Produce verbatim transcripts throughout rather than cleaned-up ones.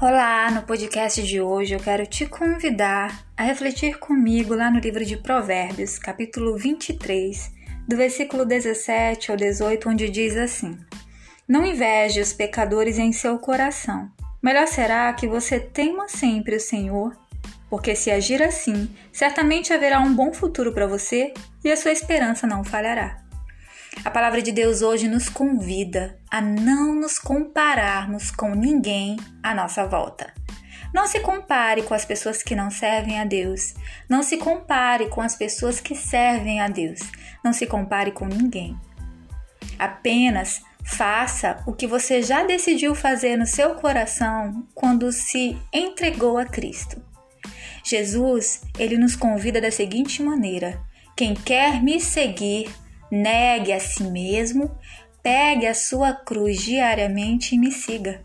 Olá, no podcast de hoje eu quero te convidar a refletir comigo lá no livro de Provérbios, capítulo vinte e três, do versículo dezessete ao dezoito, onde diz assim: Não inveje os pecadores em seu coração. Melhor será que você tema sempre o Senhor, porque se agir assim, certamente haverá um bom futuro para você e a sua esperança não falhará. A palavra de Deus hoje nos convida a não nos compararmos com ninguém à nossa volta. Não se compare com as pessoas que não servem a Deus. Não se compare com as pessoas que servem a Deus. Não se compare com ninguém. Apenas faça o que você já decidiu fazer no seu coração quando se entregou a Cristo. Jesus, ele nos convida da seguinte maneira: quem quer me seguir, negue a si mesmo, pegue a sua cruz diariamente e me siga.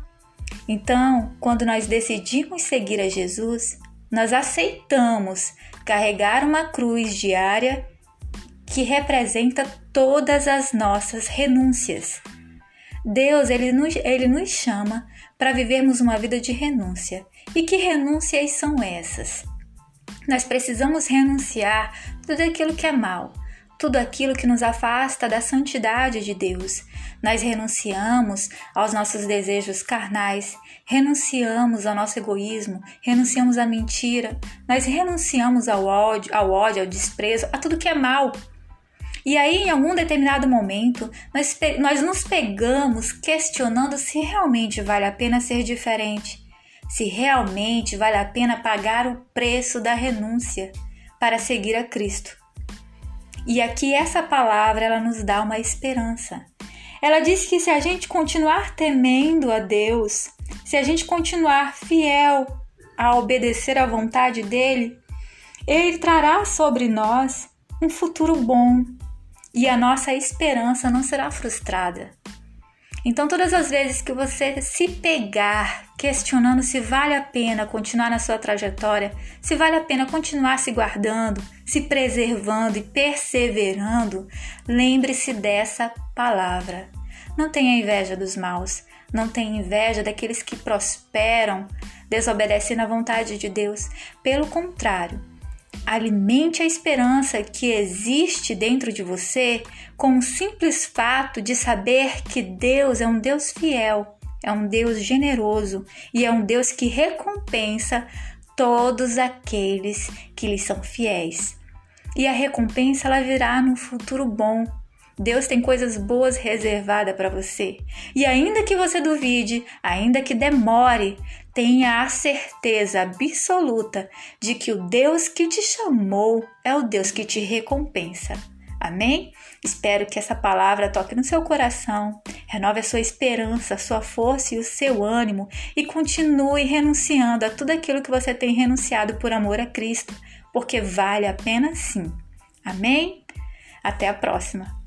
Então, quando nós decidimos seguir a Jesus, nós aceitamos carregar uma cruz diária que representa todas as nossas renúncias. Deus, ele nos, ele nos chama para vivermos uma vida de renúncia. E que renúncias são essas? Nós precisamos renunciar tudo aquilo que é mal, tudo aquilo que nos afasta da santidade de Deus. Nós renunciamos aos nossos desejos carnais, renunciamos ao nosso egoísmo, renunciamos à mentira, nós renunciamos ao ódio, ao ódio, ao desprezo, a tudo que é mal. E aí, em algum determinado momento, nós, nós nos pegamos questionando se realmente vale a pena ser diferente, se realmente vale a pena pagar o preço da renúncia para seguir a Cristo. E aqui essa palavra, ela nos dá uma esperança. Ela diz que se a gente continuar temendo a Deus, se a gente continuar fiel a obedecer à vontade dele, ele trará sobre nós um futuro bom e a nossa esperança não será frustrada. Então, todas as vezes que você se pegar questionando se vale a pena continuar na sua trajetória, se vale a pena continuar se guardando, se preservando e perseverando, lembre-se dessa palavra. Não tenha inveja dos maus, não tenha inveja daqueles que prosperam, desobedecendo à vontade de Deus. Pelo contrário, alimente a esperança que existe dentro de você com o simples fato de saber que Deus é um Deus fiel, é um Deus generoso e é um Deus que recompensa todos aqueles que lhe são fiéis. E a recompensa, ela virá num futuro bom. Deus tem coisas boas reservadas para você. E ainda que você duvide, ainda que demore, tenha a certeza absoluta de que o Deus que te chamou é o Deus que te recompensa. Amém? Espero que essa palavra toque no seu coração, renove a sua esperança, a sua força e o seu ânimo e continue renunciando a tudo aquilo que você tem renunciado por amor a Cristo, porque vale a pena sim. Amém? Até a próxima!